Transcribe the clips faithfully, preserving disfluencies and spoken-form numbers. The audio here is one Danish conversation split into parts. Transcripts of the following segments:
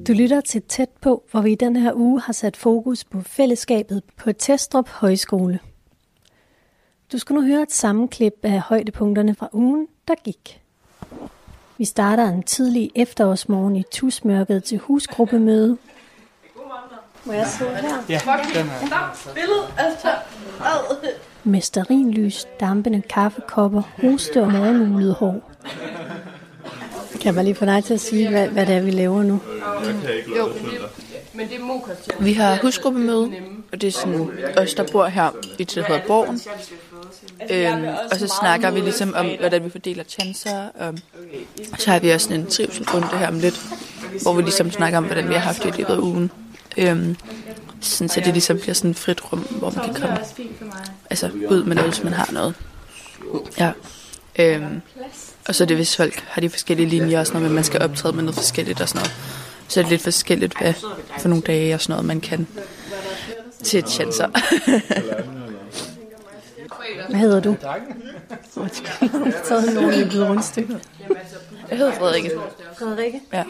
Du lytter til Tæt på, hvor vi i den her uge har sat fokus på fællesskabet på Testrup Højskole. Du skal nu høre et sammenklip af højdepunkterne fra ugen, der gik. Vi starter en tidlig efterårsmorgen i tusmørket til husgruppemøde. Må jeg sidde her? Ja, den er. Med stearinlys, dampende kaffekopper, hoste og morgenmulet hår. Kan jeg bare lige få dig til at sige, hvad, hvad det er, vi laver nu? Jo, vi har husgruppemøde, og det er sådan os, der bor her i det, der hedder Borgen. Øhm, og så snakker vi ligesom om, hvordan vi fordeler chancer. Og så har vi også sådan en trivselrunde her om lidt, hvor vi ligesom snakker om, hvordan vi har haft det i løbet af ugen. Øhm, sådan, så det ligesom bliver sådan et frit rum, hvor man kan komme altså, ud med noget, hvis man har noget. Ja. Øhm, og så er det, hvis folk har de forskellige linjer og sådan noget, men man skal optræde med noget forskelligt og sådan noget. Så er det lidt forskelligt, hvad for nogle dage og sådan noget, man kan til et chancer. Hvad hedder du? Jeg har taget nogle i blevet rundstykker. Jeg hedder Frederikke. Frederikke? Ja.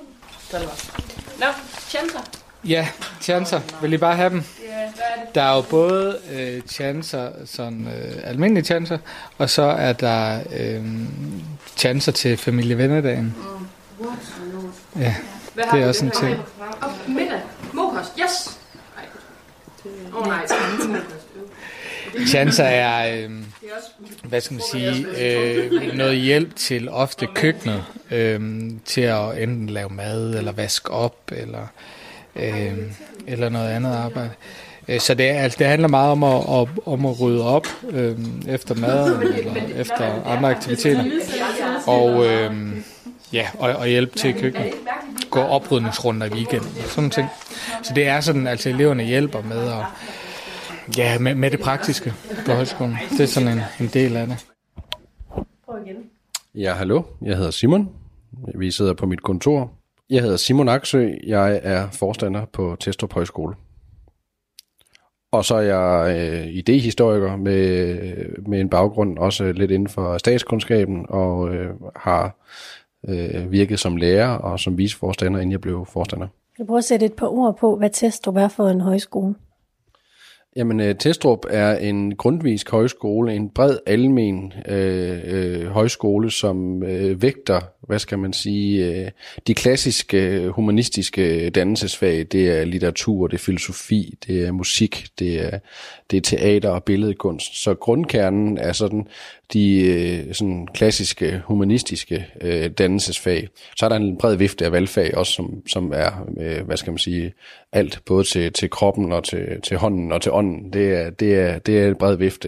Nå, chancer. Ja, chancer. Vil I bare have dem? Der er jo både øh, chancer, sådan øh, almindelige chancer, og så er der øh, chancer til familie-vennedagen. Ja, det er også en ting. Middag. Mokost. Yes! Åh nej. Chancer er, øh, hvad skal man sige, øh, noget hjælp til ofte køkkenet, øh, til at enten lave mad, eller vaske op, eller, øh, eller noget andet arbejde. Så det, altså, det handler meget om at, at, om at rydde op øh, efter maden, eller efter andre aktiviteter, og, øh, ja, og, og hjælpe til i køkkenet. Gå oprydningsrunder i weekenden, sådan ting. Så det er sådan, altså eleverne hjælper med at Ja, med, med det praktiske på højskolen. Det er sådan en, en del af det. Prøv igen. Ja, hallo. Jeg hedder Simon. Vi sidder på mit kontor. Jeg hedder Simon Aksø. Jeg er forstander på Testrup Højskole. Og så er jeg øh, idéhistoriker med, med en baggrund også lidt inden for statskundskaben, og øh, har øh, virket som lærer og som viceforstander, inden jeg blev forstander. Jeg prøver at sætte et par ord på, hvad Testrup er for en højskole. Jamen, Testrup er en grundtvigsk højskole, en bred almen øh, øh, højskole, som øh, vægter, hvad skal man sige, øh, de klassiske humanistiske dannelsesfag. Det er litteratur, det er filosofi, det er musik, det er, det er teater og billedkunst. Så grundkernen er sådan de øh, sådan klassiske humanistiske øh, dannelsesfag. Så er der en bred vifte af valgfag også, som, som er, øh, hvad skal man sige, alt, både til, til kroppen og til, til hånden og til ånden. Det er, det er, det er en bred vifte.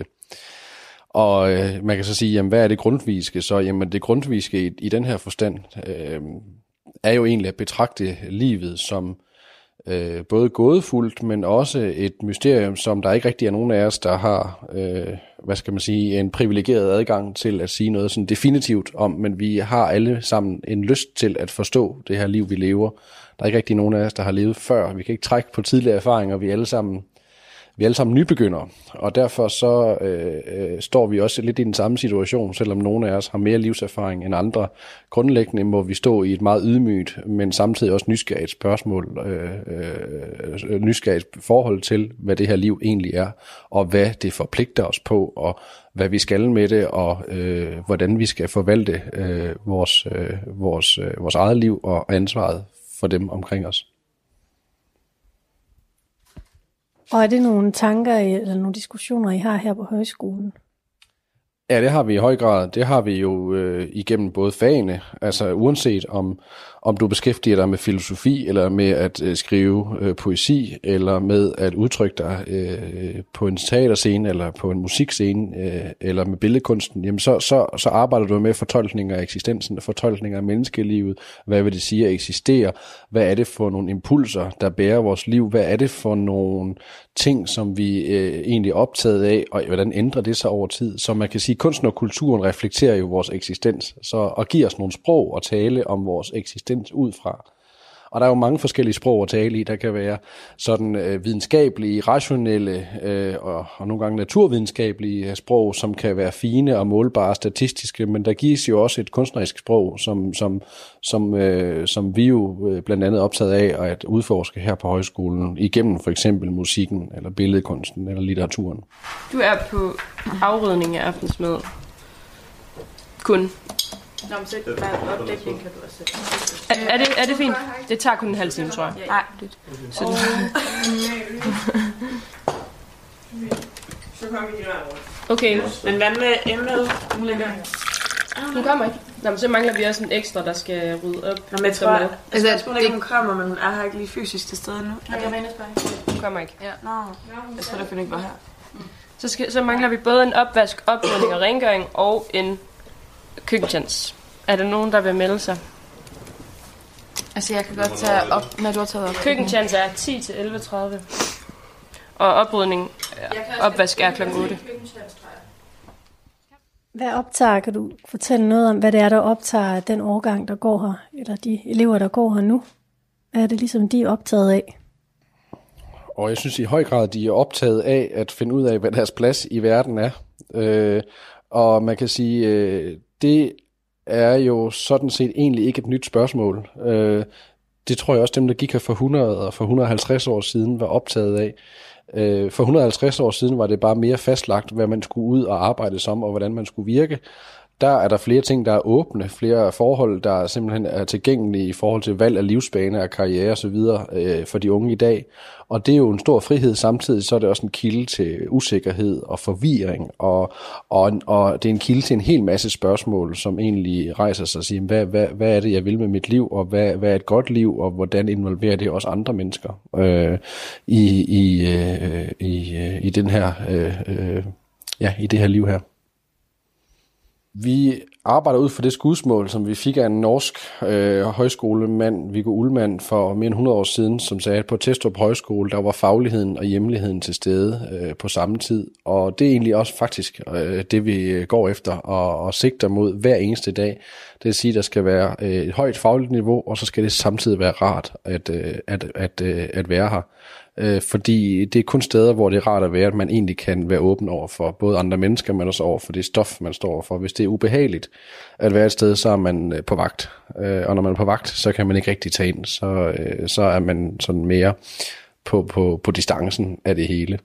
Og øh, man kan så sige, jamen, hvad er det grundtvigske? Så jamen, det grundtvigske i, i den her forstand øh, er jo egentlig at betragte livet som øh, både gådefuldt, men også et mysterium, som der ikke rigtig er nogen af os, der har, øh, hvad skal man sige, en privilegeret adgang til at sige noget sådan definitivt om, men vi har alle sammen en lyst til at forstå det her liv, vi lever. Der er ikke rigtig nogen af os, der har levet før. Vi kan ikke trække på tidligere erfaringer. Vi er alle sammen, vi er alle sammen nybegyndere. Og derfor så øh, øh, står vi også lidt i den samme situation, selvom nogle af os har mere livserfaring end andre. Grundlæggende må vi stå i et meget ydmygt, men samtidig også nysgerrigt spørgsmål, øh, øh, nysgerrigt forhold til, hvad det her liv egentlig er, og hvad det forpligter os på, og hvad vi skal med det, og øh, hvordan vi skal forvalte øh, vores, øh, vores, øh, vores eget liv og ansvaret for dem omkring os. Og er det nogle tanker eller nogle diskussioner, I har her på højskolen? Ja, det har vi i høj grad. Det har vi jo øh, igennem både fagene, altså uanset om, om du beskæftiger dig med filosofi, eller med at øh, skrive øh, poesi, eller med at udtrykke dig øh, på en teaterscene, eller på en musikscene, øh, eller med billedkunsten, jamen så, så, så arbejder du med fortolkninger af eksistensen, fortolkninger af menneskelivet. Hvad vil det sige at eksistere? Hvad er det for nogle impulser, der bærer vores liv? Hvad er det for nogle ting, som vi øh, egentlig er optaget af, og hvordan ændrer det sig over tid? Så man kan sige, at kunsten og kulturen reflekterer jo vores eksistens, så og giver os nogle sprog og tale om vores eksistens ud fra. Og der er jo mange forskellige sprog at tale i. Der kan være sådan øh, videnskabelige, rationelle øh, og, og nogle gange naturvidenskabelige sprog, som kan være fine og målbare statistiske, men der gives jo også et kunstnerisk sprog, som, som, som, øh, som vi jo øh, blandt andet er optaget af at udforske her på højskolen, igennem for eksempel musikken, eller billedkunsten, eller litteraturen. Du er på afrydning af aftensmad. Kun. Nå, men så bare opdækning kan du også sætte. Er, er, det, er det fint? Det tager kun en halv time, tror jeg. Nej, det så det. Så kommer vi her. Okay. Men hvad med emnet? Hun ligger. Hun kommer ikke. Nå, men så mangler vi også en ekstra, der skal rydde op. Nå, men jeg tror, at altså, jeg tror ikke, hun kommer, men hun er her ikke lige fysisk til stede nu. Ja, jeg mener bare. Hun kommer ikke. Ja, nå. Jeg tror, at hun ikke var her. Så, skal, så mangler vi både en opvask, oprydning og rengøring og en køkkentjans. Er der nogen, der vil melde sig? Altså, jeg kan godt tage op, når du har taget op. Køkkentjans er ti til elleve tredive. Og oprydning, opvask er klokken otte. Hvad optager, kan du fortælle noget om, hvad det er, der optager den årgang, der går her, eller de elever, der går her nu? Hvad er det ligesom, de er optaget af? Og jeg synes i høj grad, de er optaget af at finde ud af, hvad deres plads i verden er. Øh, og man kan sige, øh, det er jo sådan set egentlig ikke et nyt spørgsmål. Øh, det tror jeg også, dem der gik her for hundrede og for et hundrede og halvtreds år siden var optaget af. Øh, for et hundrede og halvtreds år siden var det bare mere fastlagt, hvad man skulle ud og arbejde som, og hvordan man skulle virke. Der er der flere ting, der er åbne, flere forhold, der simpelthen er tilgængelige i forhold til valg af livsbane og karriere osv. Øh, for de unge i dag. Og det er jo en stor frihed, samtidig så er det også en kilde til usikkerhed og forvirring, og, og, og det er en kilde til en hel masse spørgsmål, som egentlig rejser sig og siger, hvad, hvad, hvad er det, jeg vil med mit liv, og hvad, hvad er et godt liv, og hvordan involverer det også andre mennesker øh, i, i, øh, i, øh, i, den her, øh, øh, ja, i det her liv her. Vi arbejder ud for det skudsmål, som vi fik af en norsk øh, højskolemand, Viggo Ullmann, for mere end hundrede år siden, som sagde, at på Testrup Højskole, der var fagligheden og hjemligheden til stede øh, på samme tid. Og det er egentlig også faktisk øh, det, vi går efter og, og sigter mod hver eneste dag. Det vil sige, at der skal være øh, et højt fagligt niveau, og så skal det samtidig være rart at, øh, at, at, øh, at være her. Øh, fordi det er kun steder, hvor det er rart at være, at man egentlig kan være åben over for både andre mennesker, men også over for det stof, man står overfor. Hvis det er ubehageligt at være et sted, så er man øh, på vagt. Øh, og når man er på vagt, så kan man ikke rigtig tage ind. Så, øh, så er man sådan mere på, på, på distancen af det hele.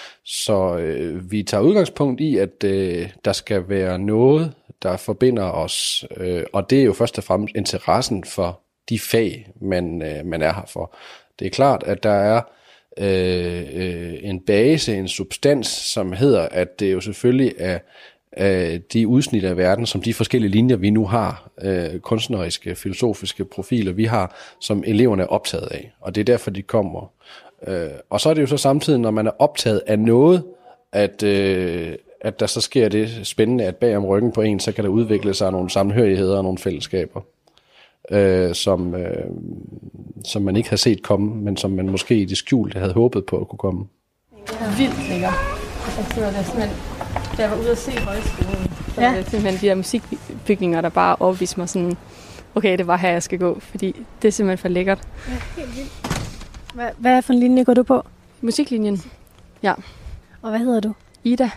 Så øh, vi tager udgangspunkt i, at øh, der skal være noget, der forbinder os. Øh, og det er jo først og fremmest interessen for de fag, man, øh, man er her for. Det er klart, at der er Øh, øh, en base, en substans, som hedder, at det jo selvfølgelig er øh, de udsnit af verden, som de forskellige linjer, vi nu har, øh, kunstneriske, filosofiske profiler, vi har, som eleverne er optaget af. Og det er derfor, de kommer. Øh, og så er det jo så samtidig, når man er optaget af noget, at, øh, at der så sker det spændende, at bag om ryggen på en, så kan der udvikle sig nogle sammenhørigheder og nogle fællesskaber. Øh, som, øh, som man ikke havde set komme, men som man måske i det skjulte havde håbet på at kunne komme. Det er vildt lækker. Altså, det var simpelthen, da jeg var ude at se højskolen, så ja. var det simpelthen de her musikbygninger, der bare overviste mig sådan, okay, det var her, jeg skal gå, fordi det er simpelthen for lækkert. Ja, helt vildt. Hvad, hvad er for en linje går du på? Musiklinjen, ja. Og hvad hedder du? Ida.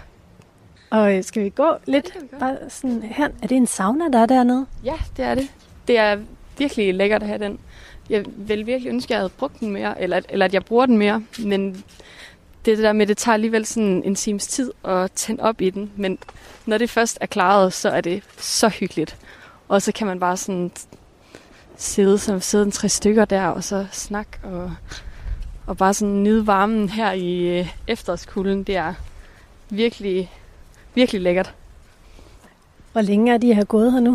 Og skal vi gå lidt vi bare sådan her? Er det en sauna, der er dernede? Ja, det er det. Det er virkelig lækkert at have den. Jeg vil virkelig ønske, at jeg havde brugt den mere, eller, eller at jeg bruger den mere, men det der med, det tager alligevel sådan en times tid at tænde op i den, men når det først er klaret, så er det så hyggeligt. Og så kan man bare sådan sidde som sidde en tre stykker der, og så snakke, og, og bare sådan nyde varmen her i øh, efterårskulden. Det er virkelig, virkelig lækkert. Hvor længe er de her gået her nu?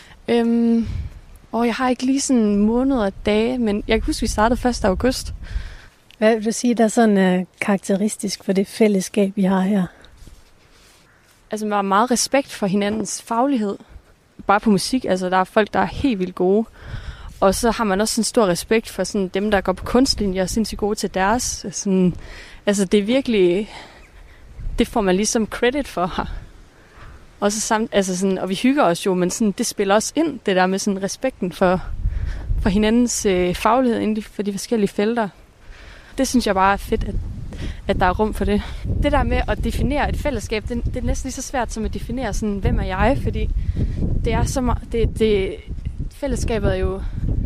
Øhm, og jeg har ikke lige sådan måneder og dage, men jeg kan huske, vi startede første august. Hvad vil du sige, der er sådan uh, karakteristisk for det fællesskab, vi har her? Altså, man har meget respekt for hinandens faglighed. Bare på musik, altså der er folk, der er helt vildt gode. Og så har man også en stor respekt for sådan, dem, der går på kunstlinjer og er sindssygt gode til deres. Sådan, altså, det er virkelig, det får man ligesom credit for her. Og, så samt, altså sådan, og vi hygger os jo, men sådan, det spiller også ind, det der med sådan respekten for, for for hinandens øh, faglighed inden for de forskellige felter. Det synes jeg bare er fedt, at, at der er rum for det. Det der med at definere et fællesskab, det, det er næsten lige så svært som at definere sådan, hvem er jeg, fordi det er så meget, det, det, fællesskabet er jo,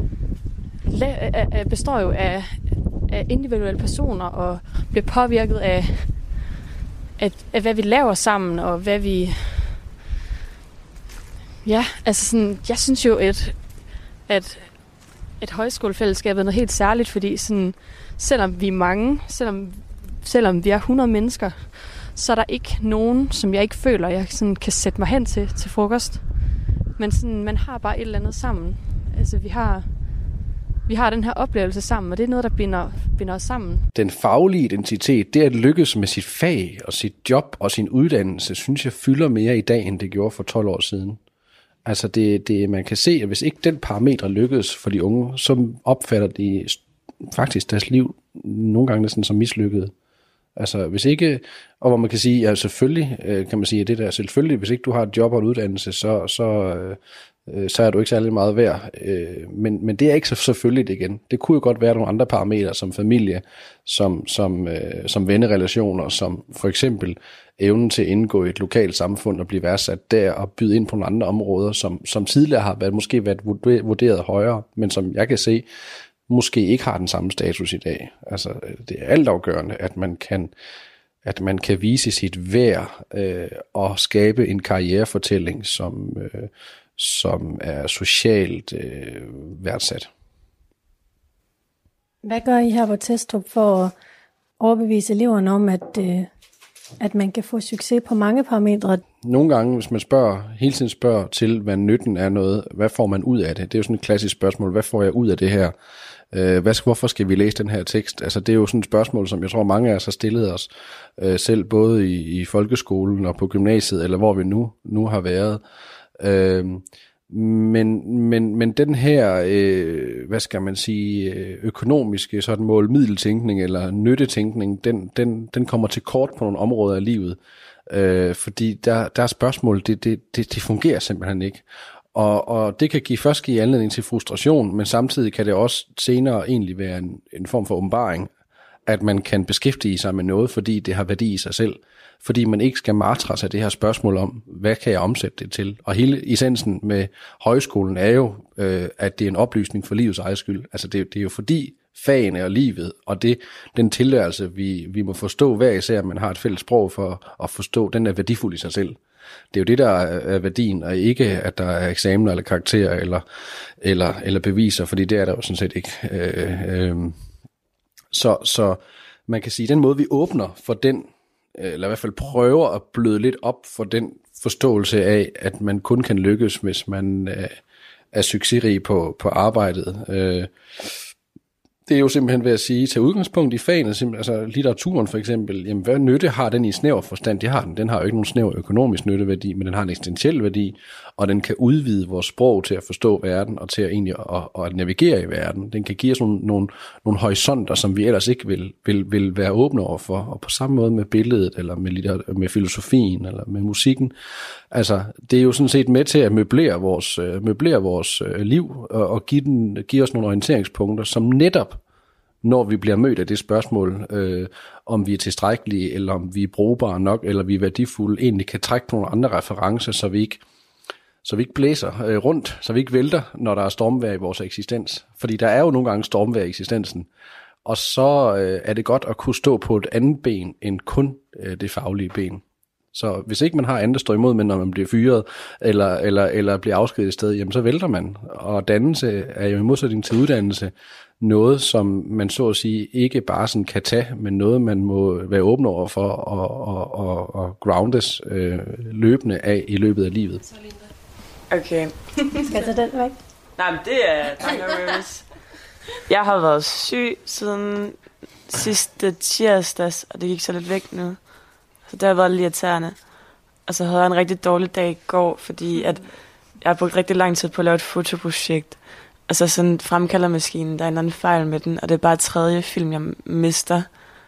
består jo af, af individuelle personer og bliver påvirket af, af, af, hvad vi laver sammen og hvad vi... Ja, altså sådan, jeg synes jo, at, at, at højskolefællesskabet er noget helt særligt, fordi sådan, selvom vi er mange, selvom, selvom vi er hundrede mennesker, så er der ikke nogen, som jeg ikke føler, jeg sådan kan sætte mig hen til til frokost. Men sådan, man har bare et eller andet sammen. Altså, vi har, vi har den her oplevelse sammen, og det er noget, der binder, binder os sammen. Den faglige identitet, det at lykkes med sit fag og sit job og sin uddannelse, synes jeg fylder mere i dag, end det gjorde for tolv år siden. Altså, det, det, man kan se, at hvis ikke den parametre lykkes for de unge, så opfatter de faktisk deres liv nogle gange næsten som mislykket. Altså, hvis ikke, og hvor man kan sige, ja, selvfølgelig, kan man sige, at det der selvfølgelig, hvis ikke du har et job og en uddannelse, så, så, øh, så er du ikke særlig meget værd. Øh, men, men det er ikke så selvfølgeligt igen. Det kunne jo godt være nogle andre parametre, som familie, som, som, øh, som vennerelationer, som for eksempel evnen til at indgå i et lokalt samfund og blive værdsat der og byde ind på nogle andre områder, som, som tidligere har været, måske været vurderet højere, men som jeg kan se, måske ikke har den samme status i dag. Altså, det er altafgørende, at man kan, at man kan vise sit værd øh, og skabe en karrierefortælling, som, øh, som er socialt øh, værdsat. Hvad gør I her på Testrup for at overbevise eleverne om, at, øh, at man kan få succes på mange parametre? Nogle gange, hvis man spørger, hele tiden spørger til, hvad nytten er noget, hvad får man ud af det? Det er jo sådan et klassisk spørgsmål, hvad får jeg ud af det her? Øh, hvad, hvorfor skal vi læse den her tekst? Altså, det er jo sådan et spørgsmål, som jeg tror, mange af os har stillet os øh, selv, både i, i folkeskolen og på gymnasiet, eller hvor vi nu, nu har været. Øh, men, men, men den her, øh, hvad skal man sige, økonomiske sådan mål-middeltænkning eller nyttetænkning, den, den, den kommer til kort på nogle områder af livet. Øh, fordi der, der er spørgsmål, det, det, det, det fungerer simpelthen ikke. Og, og det kan give, først give anledning til frustration, men samtidig kan det også senere egentlig være en, en form for åbenbaring, at man kan beskæftige sig med noget, fordi det har værdi i sig selv. Fordi man ikke skal martres af det her spørgsmål om, hvad kan jeg omsætte det til? Og hele essensen med højskolen er jo, øh, at det er en oplysning for livets egen skyld. Altså det, det er jo fordi fagene og livet, og det, den tilværelse, vi, vi må forstå hver især, at man har et fælles sprog for at forstå, den er værdifuld i sig selv. Det er jo det, der er værdien, og ikke, at der er eksamener eller karakterer eller, eller, eller beviser, fordi det er der jo sådan set ikke. Øh, øh, så, så man kan sige, at den måde, vi åbner for den, eller i hvert fald prøver at bløde lidt op for den forståelse af, at man kun kan lykkes, hvis man øh, er succesrig på, på arbejdet. Øh, Det er jo simpelthen ved at sige, til udgangspunkt i fagene, altså litteraturen for eksempel, jamen hvad nytte har den i snæver forstand? Det har den. Den har jo ikke nogen snæver økonomisk nytteværdi, men den har en eksistentiel værdi, og den kan udvide vores sprog til at forstå verden, og til at egentlig at, at navigere i verden. Den kan give os nogle, nogle, nogle horisonter, som vi ellers ikke vil, vil, vil være åbne over for, og på samme måde med billedet, eller med, litter, med filosofien, eller med musikken. Altså, det er jo sådan set med til at møblere vores, møblere vores liv, og, og give, den, give os nogle orienteringspunkter, som netop når vi bliver mødt af det spørgsmål, øh, om vi er tilstrækkelige, eller om vi er brugbare nok, eller vi er værdifulde, egentlig kan trække nogle andre referencer, så vi ikke, så vi ikke blæser øh, rundt, så vi ikke vælter, når der er stormvejr i vores eksistens. Fordi der er jo nogle gange stormvejr i eksistensen, og så øh, er det godt at kunne stå på et andet ben, end kun øh, det faglige ben. Så hvis ikke man har andet at stå imod med, når man bliver fyret, eller, eller, eller bliver afskediget et sted, jamen så vælter man. Og dannelse er jo i modsætning til uddannelse noget, som man så at sige ikke bare sådan kan tage, men noget, man må være åben over for og, og, og, og groundes øh, løbende af i løbet af livet. Okay. Skal jeg tage den væk? Nej, men det er nervøs. Jeg har været syg siden sidste tirsdags, og det gik så lidt væk nu. Så det har været lidt irriterende. Og så havde jeg en rigtig dårlig dag i går, fordi at jeg har brugt rigtig lang tid på at lave et fotoprojekt. Og så sådan fremkalder maskinen, der er en anden fejl med den, og det er bare tredje film, jeg mister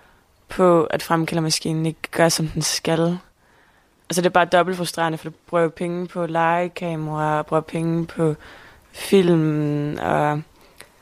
på, at fremkaldermaskinen ikke gør, som den skal. Altså det er bare dobbelt frustrerende, for du bruger penge på legekamera, bruger penge på film, og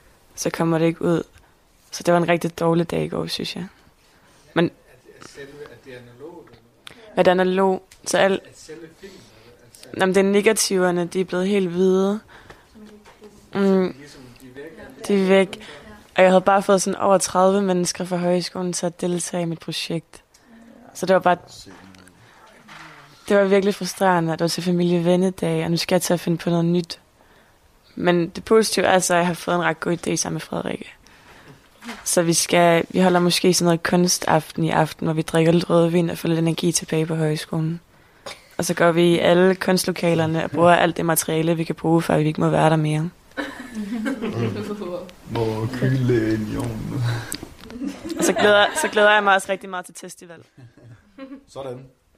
så kommer det ikke ud. Så det var en rigtig dårlig dag i går, synes jeg. Men er det analogt? Er det analogt? Så al... Jamen, det er negativerne, de er blevet helt hvide. Mm, de er væk. Og jeg havde bare fået sådan over tredive mennesker fra højskolen til at deltage i mit projekt. Så det var bare... Det var virkelig frustrerende, at det var til familie-vennedag, og nu skal jeg til at finde på noget nyt. Men det positive er altså, at jeg har fået en ret god idé sammen med Frederikke. Så vi skal, vi holder måske sådan noget kunstaften i aften, hvor vi drikker lidt rødvin og får lidt energi tilbage på højskolen. Og så går vi i alle kunstlokalerne og bruger alt det materiale, vi kan bruge, før vi ikke må være der mere. Må kyle ind i ovnen. Og så glæder, så glæder jeg mig også rigtig meget til festival. Sådan.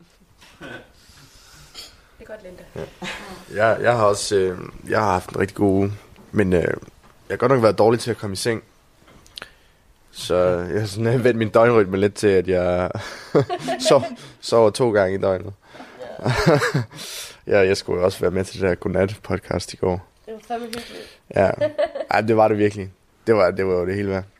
Det er godt, Linda. Ja. Jeg, jeg har også øh, jeg har haft en rigtig god uge, men øh, jeg har godt nok været dårlig til at komme i seng. Så jeg har sådan vendt min døgnrytme lidt til, at jeg sov, sover to gange i døgnet. Ja, jeg skulle jo også være med til det der godnat-podcast i går. Det var fandme hyggeligt. Ja, ej, det var det virkelig. Det var, det var jo det hele værd.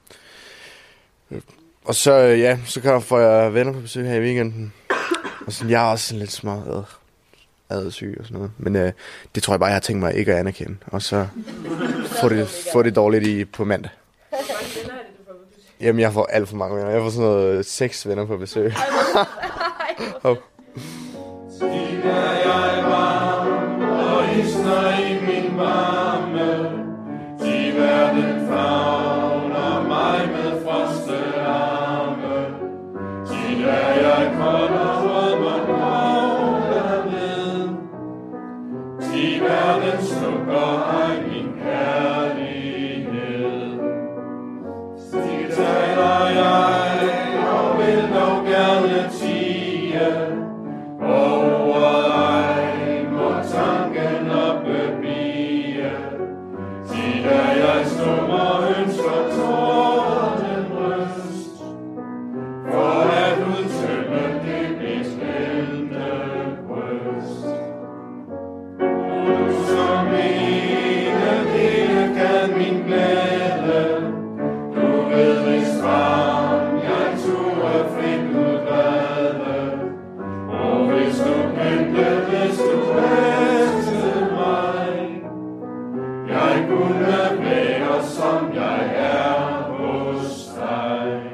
Og så, ja, så kan jeg få jeg venner på besøg her i weekenden. Og sådan, jeg er også sådan lidt små adsyg og sådan noget. Men øh, det tror jeg bare, jeg har tænkt mig ikke at anerkende. Og så få det, få det dårligt i på mandag. Hvor mange venner er det, du får på besøg? Jamen, jeg får alt for mange venner. Jeg får sådan noget seks venner på besøg. Oh. Stiger jeg varm og isner i min varme. De verden favner mig med froste arme. De der jeg kold og rød mig kravler med. De verden slukker ej min kærlighed. De taler jeg og vil dog gerne tie. Og ordet ej må tanken oppebie. De der jeg stummer ønsker tårten røst. For at udtømme det beskældende bryst. Og du som ene hele kan min glæde. Du ved hvis varm jeg turde frit udgræde. Og hvis du kendte, hvis du elskede mig, jeg kunne være som jeg er hos dig.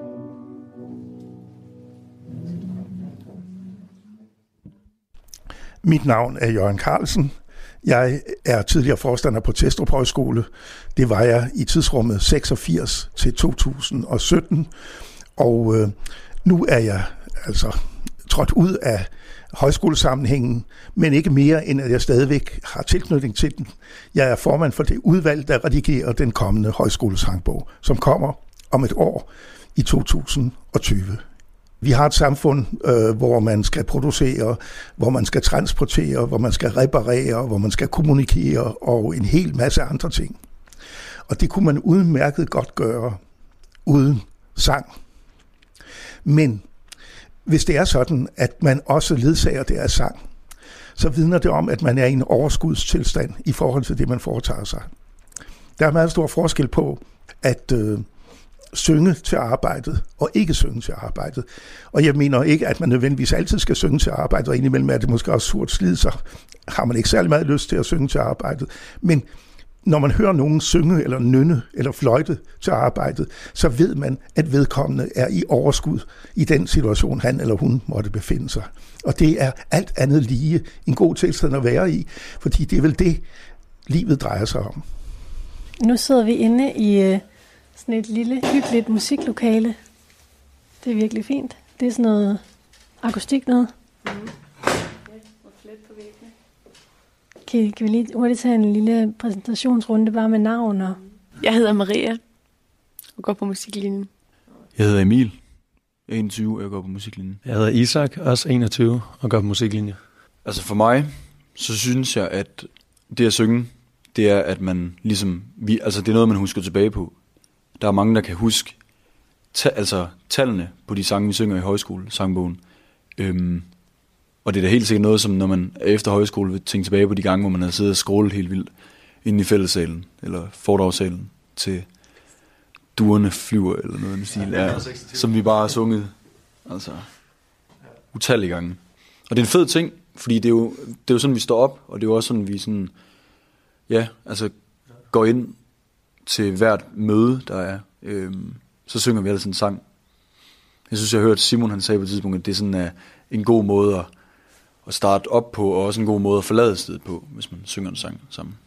Mit navn er Jørgen Carlsen. Jeg er tidligere forstander på Testrup Højskole. Det var jeg i tidsrummet seksogfirs til to tusind og sytten. Og øh, nu er jeg altså trådt ud af højskolesammenhængen, men ikke mere end at jeg stadigvæk har tilknytning til den. Jeg er formand for det udvalg, der redigerer den kommende højskolesangbog, som kommer om et år i to tusind og tyve. Vi har et samfund, øh, hvor man skal producere, hvor man skal transportere, hvor man skal reparere, hvor man skal kommunikere og en hel masse andre ting. Og det kunne man udmærket godt gøre uden sang. Men hvis det er sådan, at man også ledsager det af sang, så vidner det om, at man er i en overskudstilstand i forhold til det, man foretager sig. Der er meget stor forskel på at øh, synge til arbejdet og ikke synge til arbejdet. Og jeg mener ikke, at man nødvendigvis altid skal synge til arbejdet, og indimellem er det måske også surt slid, så har man ikke særlig meget lyst til at synge til arbejdet. Men når man hører nogen synge eller nynne eller fløjte til arbejdet, så ved man, at vedkommende er i overskud i den situation, han eller hun måtte befinde sig. Og det er alt andet lige en god tilstand at være i, fordi det er vel det, livet drejer sig om. Nu sidder vi inde i uh, sådan et lille, hyggeligt musiklokale. Det er virkelig fint. Det er sådan noget akustik noget. Mm. Kan, kan vi lige hurtigt tage en lille præsentationsrunde bare med navn? Og... Jeg hedder Maria og går på musiklinjen. Jeg hedder Emil, jeg er enogtyve, og jeg går på musiklinjen. Jeg hedder Isak, også enogtyve, og går på musiklinje. Altså for mig, så synes jeg, at det at synge, det er, at man ligesom, vi, altså det er noget, man husker tilbage på. Der er mange, der kan huske ta- altså tallene på de sange, vi synger i højskole, sangbogen. Øhm, og det er da helt sikkert noget, som når man er efter højskole vil tænke tilbage på de gange, hvor man har siddet og scrollet helt vildt inde i fællessalen, eller foredragssalen, til duerne flyver, eller noget i stil, ja, som vi bare har sunget, altså, utallige gange. Og det er en fed ting, fordi det er jo, det er jo sådan, vi står op, og det er jo også sådan, vi sådan, ja, altså, går ind til hvert møde, der er, øhm, så synger vi altid en sang. Jeg synes, jeg har hørt Simon, han sagde på et tidspunkt, at det er sådan uh, en god måde at, at starte op på, og også en god måde at forlade stedet på, hvis man synger en sang sammen.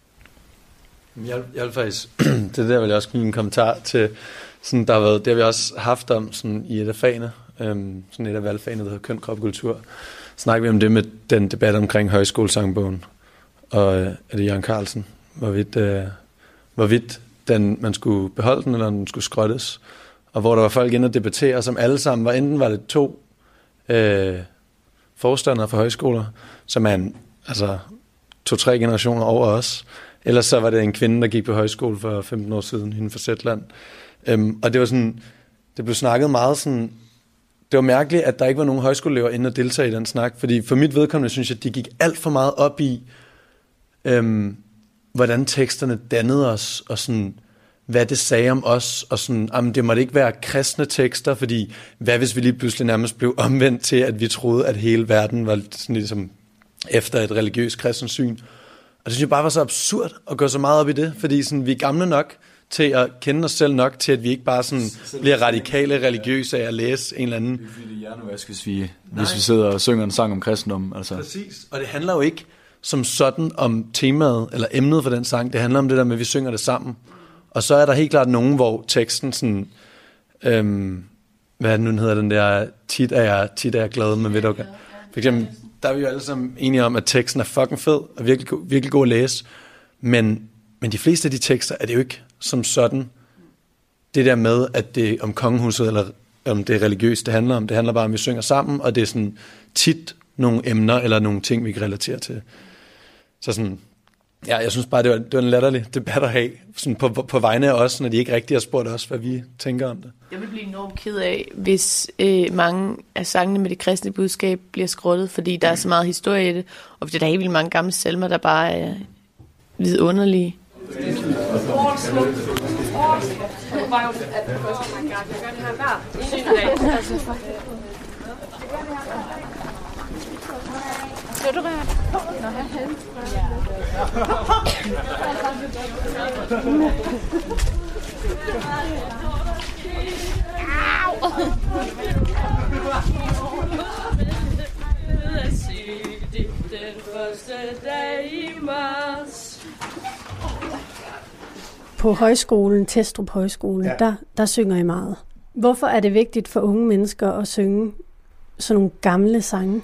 Jeg, jeg vil faktisk, det der vil jeg også give en kommentar til, sådan, der har været, det har vi også haft om sådan, i et af fagene, øhm, sådan et af valgfagene, der hedder Køn, Krop og Kultur. Snakker vi om det med den debat omkring højskolesangbogen, og øh, er det Jørgen Carlsen, hvorvidt, øh, hvorvidt den, man skulle beholde den, eller den skulle skrottes, og hvor der var folk inde og debattere, som alle sammen var, enten var det to øh, forstandere for højskoler, som er en, altså to-tre generationer over os, ellers så var det en kvinde, der gik på højskole for femten år siden, hende fra Zetland. Øhm, og det var sådan, det blev snakket meget sådan, det var mærkeligt, at der ikke var nogen højskoleelever inde og deltage i den snak, fordi for mit vedkommende synes jeg, at de gik alt for meget op i, øhm, hvordan teksterne dannede os, og sådan, hvad det sagde om os, og sådan, jamen, det måtte ikke være kristne tekster, fordi hvad hvis vi lige pludselig nærmest blev omvendt til, at vi troede, at hele verden var sådan ligesom efter et religiøst kristent syn. Og det synes jeg bare var så absurd at gå så meget op i det, fordi sådan, vi er gamle nok til at kende os selv nok til, at vi ikke bare sådan bliver radikale religiøse af at læse en eller anden... Det er fordi det er hjernevask, hvis vi, hvis vi sidder og synger en sang om kristendom. Altså. Præcis, og det handler jo ikke som sådan om temaet eller emnet for den sang, det handler om det der med, at vi synger det sammen. Og så er der helt klart nogen, hvor teksten sådan... Øhm, hvad er det nu hedder den der... Tit er jeg, tit er jeg glad, men ved du okay. For eksempel, der er vi jo alle sammen enige om, at teksten er fucking fed og virkelig, virkelig god at læse. Men, men de fleste af de tekster er det jo ikke som sådan. Det der med, at det er om kongehuset, eller om det er religiøst, det handler om. Det handler bare om, at vi synger sammen, og det er sådan tit nogle emner, eller nogle ting, vi kan relatere til. Så sådan... Ja, jeg synes bare, det var, det var en latterlig debat at have, sådan på, på, på vegne af os, når de ikke rigtig har spurgt os, hvad vi tænker om det. Jeg vil blive enormt ked af, hvis øh, mange af sangene med det kristne budskab bliver skrottet, fordi der er så meget historie i det, og fordi der er helt vildt mange gamle salmer, der bare er vidunderlige. Skal du røre? Nå, herhen. På højskolen, Testrup Højskole, ja. der, der synger I meget. Hvorfor er det vigtigt for unge mennesker at synge sådan nogle gamle sange?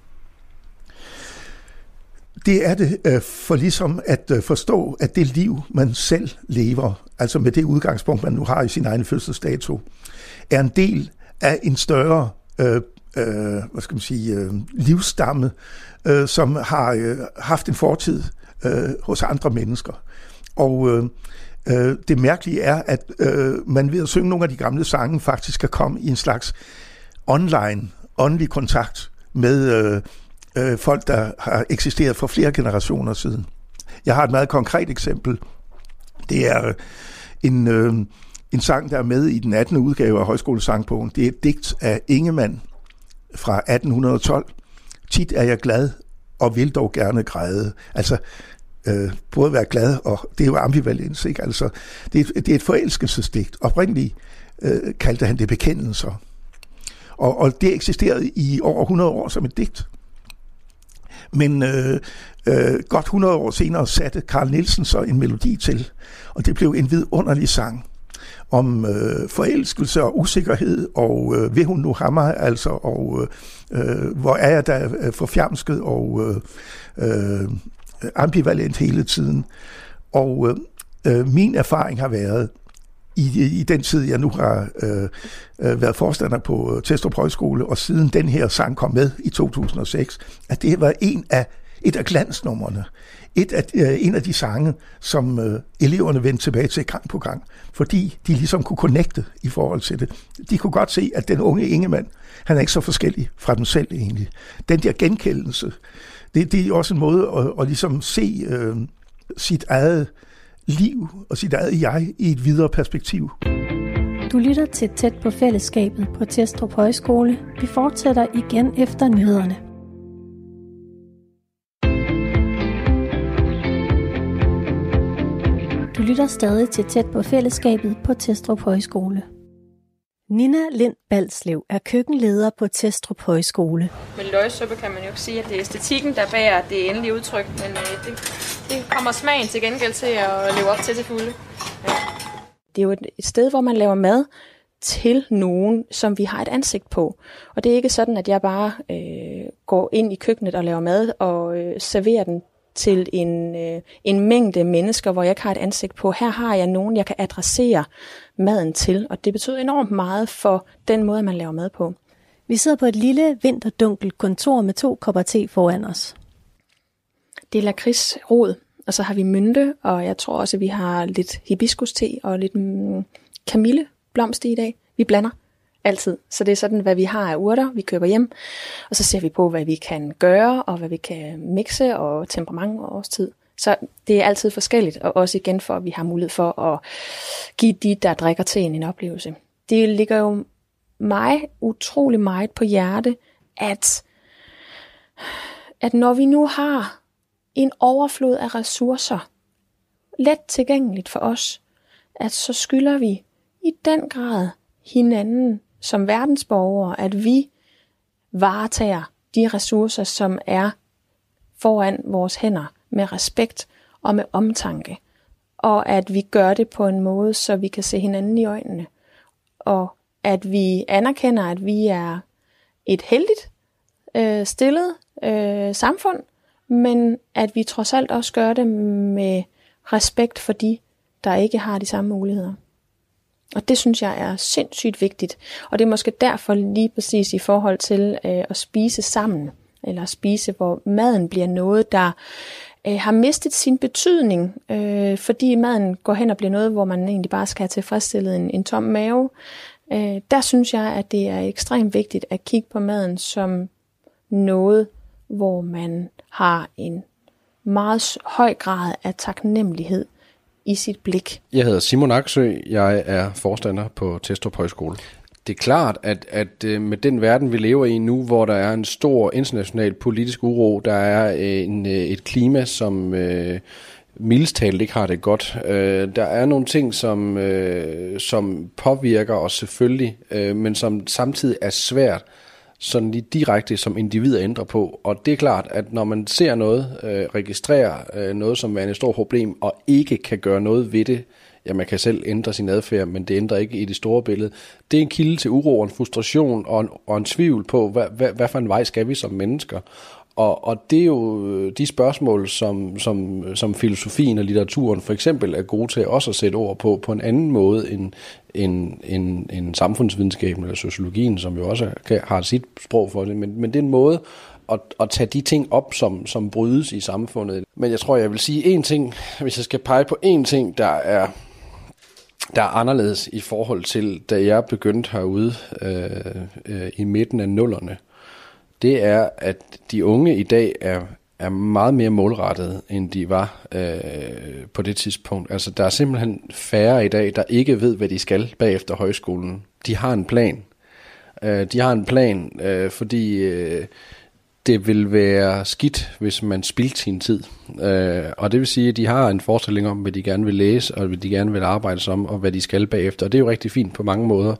Det er det øh, for ligesom at øh, forstå, at det liv, man selv lever, altså med det udgangspunkt, man nu har i sin egen fødselsdato, er en del af en større øh, øh, hvad skal man sige, øh, livsstamme, øh, som har øh, haft en fortid øh, hos andre mennesker. Og øh, øh, det mærkelige er, at øh, man ved at synge nogle af de gamle sange faktisk kan komme i en slags online, åndelig kontakt med øh, øh, folk, der har eksisteret for flere generationer siden. Jeg har et meget konkret eksempel. Det er en, øh, en sang, der er med i den attende udgave af Højskolesangbogen. Det er et digt af Ingemann fra atten tolv. Tit er jeg glad og vil dog gerne græde. Altså, øh, både at være glad, og det er jo ambivalens, ikke? Altså, det er, det er et forelskelsesdigt. Oprindeligt øh, kaldte han det bekendelser. Og, og det eksisterede i over hundrede år som et digt. Men øh, øh, godt hundrede år senere satte Carl Nielsen så en melodi til, og det blev en vidunderlig sang om øh, forelskelse og usikkerhed, og øh, vil hun nu have mig, altså, og øh, hvor er jeg da øh, forfjamsket og øh, øh, ambivalent hele tiden. Og øh, min erfaring har været, i, i den tid, jeg nu har øh, øh, været forstander på Testrup Højskole, og siden den her sang kom med i to tusind og seks, at det var en af, et af glansnumrene. Et af, øh, en af de sange, som øh, eleverne vendte tilbage til gang på gang, fordi de ligesom kunne connecte i forhold til det. De kunne godt se, at den unge Ingemann, han er ikke så forskellig fra dem selv egentlig. Den der genkendelse, det, det er også en måde at, at ligesom se øh, sit eget liv og sit eget jeg i et videre perspektiv. Du lytter til Tæt på fællesskabet på Testrup Højskole. Vi fortsætter igen efter nyhederne. Du lytter stadig til Tæt på fællesskabet på Testrup Højskole. Nina Lind Balslev er køkkenleder på Testrup Højskole. Med løgsuppe kan man jo ikke sige, at det er æstetikken, der bærer det endelige udtryk, men øh, det, det kommer smagen til gengæld til at leve op til det fulde. Ja. Det er jo et, et sted, hvor man laver mad til nogen, som vi har et ansigt på. Og det er ikke sådan, at jeg bare øh, går ind i køkkenet og laver mad og øh, serverer den til en, øh, en mængde mennesker, hvor jeg ikke har et ansigt på. Her har jeg nogen, jeg kan adressere maden til, og det betyder enormt meget for den måde, man laver mad på. Vi sidder på et lille vinterdunkelt kontor med to kopper te foran os. Det er lakridsrod, og så har vi mynte, og jeg tror også, at vi har lidt hibiskus-te og lidt mm, kamilleblomst i dag. Vi blander altid. Så det er sådan, hvad vi har af urter, vi køber hjem, og så ser vi på, hvad vi kan gøre, og hvad vi kan mixe, og temperament og årstid. Så det er altid forskelligt, og også igen for, at vi har mulighed for at give de, der drikker teen, en oplevelse. Det ligger jo mig utrolig meget på hjerte, at, at når vi nu har en overflod af ressourcer, let tilgængeligt for os, at så skylder vi i den grad hinanden som verdensborgere, at vi varetager de ressourcer, som er foran vores hænder, med respekt og med omtanke. Og at vi gør det på en måde, så vi kan se hinanden i øjnene. Og at vi anerkender, at vi er et heldigt øh, stillet øh, samfund, men at vi trods alt også gør det med respekt for de, der ikke har de samme muligheder. Og det synes jeg er sindssygt vigtigt. Og det er måske derfor lige præcis i forhold til øh, at spise sammen, eller spise, hvor maden bliver noget, der øh, har mistet sin betydning, øh, fordi maden går hen og bliver noget, hvor man egentlig bare skal have tilfredsstillet en, en tom mave. Øh, der synes jeg, at det er ekstremt vigtigt at kigge på maden som noget, hvor man har en meget høj grad af taknemmelighed i sit blik. Jeg hedder Simon Aksø, jeg er forstander på Testrup Højskole. Det er klart, at, at med den verden, vi lever i nu, hvor der er en stor international politisk uro, der er en, et klima, som øh, mildest talt ikke har det godt. Øh, der er nogle ting, som, øh, som påvirker os selvfølgelig, øh, men som samtidig er svært sådan lige direkte som individ at ændre på. Og det er klart, at når man ser noget, øh, registrerer øh, noget som er et stort problem, og ikke kan gøre noget ved det, ja, man kan selv ændre sin adfærd, men det ændrer ikke i det store billede. Det er en kilde til uro og en frustration og en, og en tvivl på, hvad, hvad, hvad for en vej skal vi som mennesker. Og, og det er jo de spørgsmål, som, som, som filosofien og litteraturen for eksempel er gode til også at sætte ord på, på en anden måde end, end, end, end samfundsvidenskaben eller sociologien, som jo også kan, har sit sprog for det. Men, men det er en måde at, at tage de ting op, som, som brydes i samfundet. Men jeg tror, jeg vil sige en ting, hvis jeg skal pege på en ting, der er, der er anderledes i forhold til, da jeg begyndte herude øh, øh, i midten af nullerne. Det er, at de unge i dag er, er meget mere målrettede, end de var øh, på det tidspunkt. Altså, der er simpelthen færre i dag, der ikke ved, hvad de skal bagefter højskolen. De har en plan. Øh, de har en plan, øh, fordi øh, det vil være skidt, hvis man spilder sin tid. Øh, og det vil sige, at de har en forestilling om, hvad de gerne vil læse, og hvad de gerne vil arbejde som, og hvad de skal bagefter. Og det er jo rigtig fint på mange måder,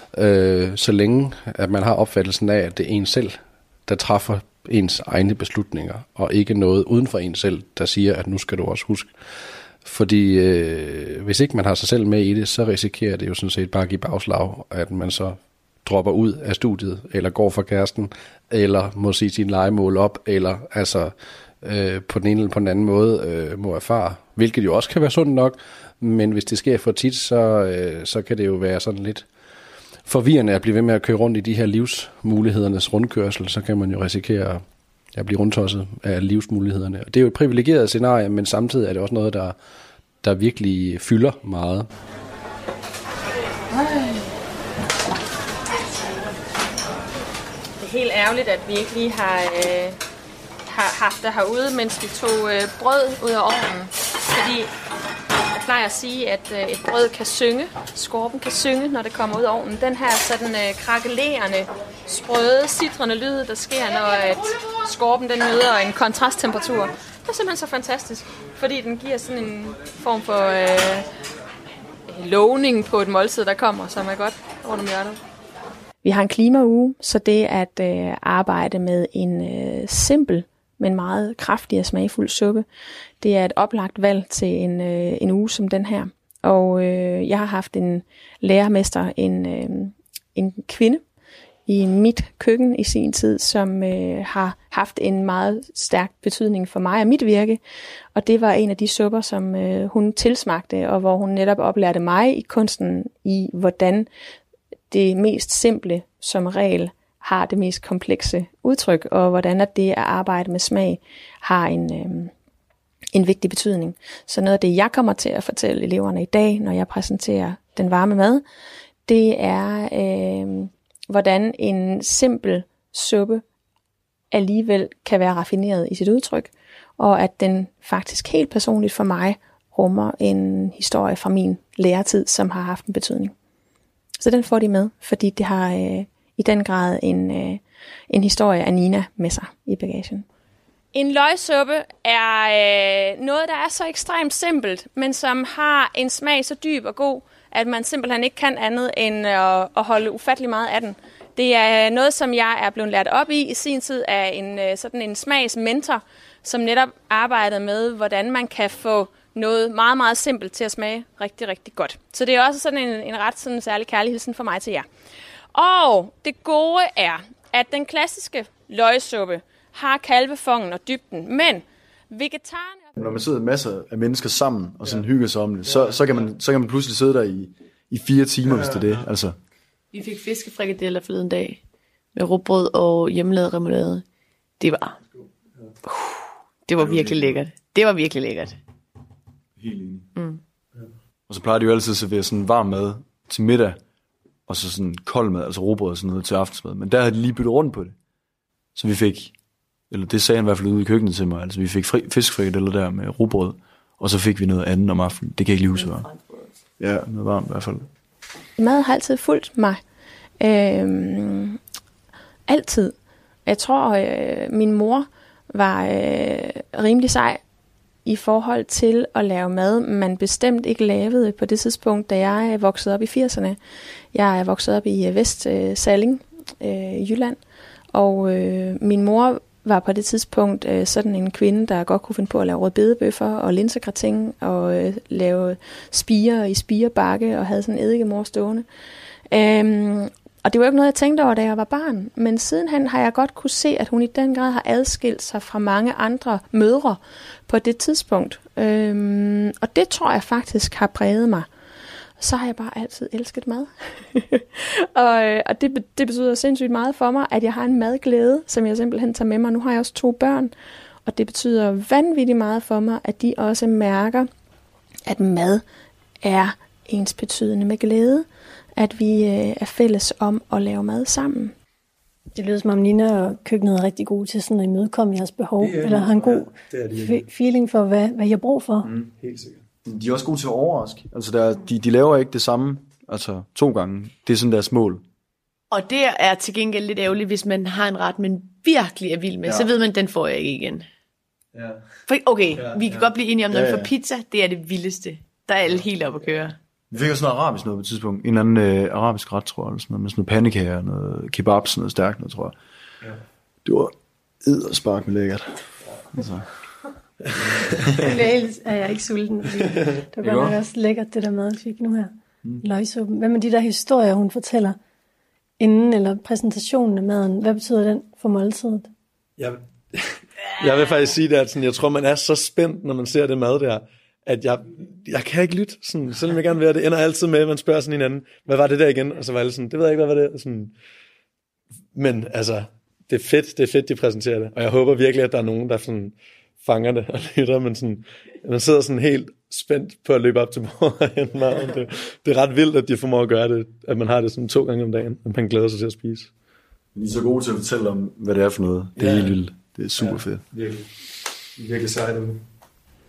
øh, så længe at man har opfattelsen af, at det er en selv, der træffer ens egne beslutninger, og ikke noget uden for en selv, der siger, at nu skal du også huske. Fordi øh, hvis ikke man har sig selv med i det, så risikerer det jo sådan set bare at give bagslag, at man så dropper ud af studiet, eller går for kæresten, eller må sige sin legemål op, eller altså øh, på den ene eller på den anden måde øh, må erfare, hvilket jo også kan være sundt nok, men hvis det sker for tit, så, øh, så kan det jo være sådan lidt forvirrende at blive ved med at køre rundt i de her livsmulighedernes rundkørsel, så kan man jo risikere at blive rundtosset af livsmulighederne. Og det er jo et privilegeret scenarie, men samtidig er det også noget, der, der virkelig fylder meget. Det er helt ærgerligt, at vi ikke lige har, øh, har haft det herude, mens vi tog øh, brød ud af ovnen. Fordi plejer at sige, at øh, et brød kan synge. Skorpen kan synge, når det kommer ud af ovnen. Den her sådan øh, krakelerende, sprøde, citrende lyd, der sker, når at skorpen den møder en kontrasttemperatur. Det er simpelthen så fantastisk, fordi den giver sådan en form for øh, lovning på et måltid, der kommer, som er godt rundt om hjørnet. Vi har en klimauge, så det at øh, arbejde med en øh, simpel, men meget kraftig og smagfuld suppe, det er et oplagt valg til en, øh, en uge som den her. Og øh, jeg har haft en lærermester, en, øh, en kvinde i mit køkken i sin tid, som øh, har haft en meget stærk betydning for mig og mit virke. Og det var en af de supper, som øh, hun tilsmagte, og hvor hun netop oplærte mig i kunsten i, hvordan det mest simple som regel har det mest komplekse udtryk, og hvordan at det at arbejde med smag har en, øh, en vigtig betydning. Så noget af det, jeg kommer til at fortælle eleverne i dag, når jeg præsenterer den varme mad, det er, øh, hvordan en simpel suppe alligevel kan være raffineret i sit udtryk, og at den faktisk helt personligt for mig rummer en historie fra min læretid, som har haft en betydning. Så den får de med, fordi det har øh, i den grad en, øh, en historie af Nina med sig i bagagen. En løgsuppe er øh, noget, der er så ekstremt simpelt, men som har en smag så dyb og god, at man simpelthen ikke kan andet end at, at holde ufattelig meget af den. Det er noget, som jeg er blevet lært op i i sin tid af en, sådan en smagsmentor, som netop arbejdede med, hvordan man kan få noget meget, meget simpelt til at smage rigtig, rigtig godt. Så det er også sådan en, en ret sådan særlig kærlighedsen for mig til jer. Og det gode er, at den klassiske løgsuppe har kalvefongen og dybden, men vegetarerne... Når man sidder masser af mennesker sammen og sådan hygger sig om det, så, så, kan man, så kan man pludselig sidde der i, i fire timer, hvis det er det. Altså. Vi fik fiskefrikadeller forleden dag med rugbrød og hjemmelavet remoulade. Det var... Uh, det var virkelig lækkert. Det var virkelig lækkert. Helt enig. Mm. Og så plejer de jo altid at servere sådan varm mad til middag, og så sådan kold mad, altså rugbrød og sådan noget til aftensmad. Men der havde de lige byttet rundt på det. Så vi fik, eller det sagde han i hvert fald ude i køkkenet til mig, altså vi fik fri, fiskefrikadeller der med rugbrød, og så fik vi noget andet om aftenen. Det kan jeg ikke lige huske, hvad. Ja, noget varmt i hvert fald. Mad har altid fulgt mig. Øhm, altid. Jeg tror, øh, min mor var øh, rimelig sej i forhold til at lave mad, man bestemt ikke lavede på det tidspunkt, da jeg voksede op i firserne. Jeg er vokset op i Vest øh, Salling, øh, Jylland, og øh, min mor var på det tidspunkt øh, sådan en kvinde, der godt kunne finde på at lave rødbedebøffer og linsegratin og øh, lave spirer i spirebakke og havde sådan en eddikemor stående. Øhm, og det var jo ikke noget, jeg tænkte over, da jeg var barn. Men sidenhen har jeg godt kunne se, at hun i den grad har adskilt sig fra mange andre mødre på det tidspunkt. Øhm, og det tror jeg faktisk har præget mig. Så har jeg bare altid elsket mad. og og det, det betyder sindssygt meget for mig, at jeg har en madglæde, som jeg simpelthen tager med mig. Nu har jeg også to børn, og det betyder vanvittigt meget for mig, at de også mærker, at mad er ens betydende med glæde. At vi øh, er fælles om at lave mad sammen. Det lyder som om Nina og køkkenet er rigtig gode til sådan at imødekomme jeres behov, eller har en god ja, f- feeling for, hvad, hvad jeg har brug for. Mm, helt sikkert. De er også gode til at overraske. Altså der, de, de laver ikke det samme altså to gange. Det er sådan deres mål. Og det er til gengæld lidt ærgerligt, hvis man har en ret, men virkelig er vild med, ja. Så ved man, den får jeg ikke igen. Ja. For, okay, ja, vi kan ja. godt blive enige om, når ja, ja. vi får pizza, det er det vildeste. Der er alle helt op at køre. Vi fik også noget arabisk noget på et tidspunkt. En eller anden øh, arabisk ret, tror jeg. Eller sådan noget, med sådan noget pandekager, noget kebab, sådan noget stærkt noget, tror jeg. Ja. Det var edderspark med lækkert. Altså. Det er jeg ikke sulten. Det var godt nok også lækkert, det der mad, vi fik nu her. Mm. Løgsuppen. Hvad med de der historier, hun fortæller inden, eller præsentationen af maden? Hvad betyder den for måltidet? Jeg, jeg vil faktisk sige det, at sådan, jeg tror, man er så spændt, når man ser det mad der, at jeg, jeg kan ikke lytte, sådan, selvom jeg gerne vil have det, ender altid med, at man spørger sådan hinanden, hvad var det der igen? Og så var alle sådan, det ved jeg ikke, hvad var det? Sådan, men altså, det er fedt, det er fedt, de præsenterer det, og jeg håber virkelig, at der er nogen, der sådan fanger det og lytter, men sådan, man sidder sådan helt spændt på at løbe op til morgen. Det, det er ret vildt, at de formår at gøre det, at man har det sådan to gange om dagen, og man glæder sig til at spise. De er så gode til at fortælle om, hvad det er for noget. Det er ja. helt vildt. Det er super ja, fedt. Virkelig. Virkelig sejt.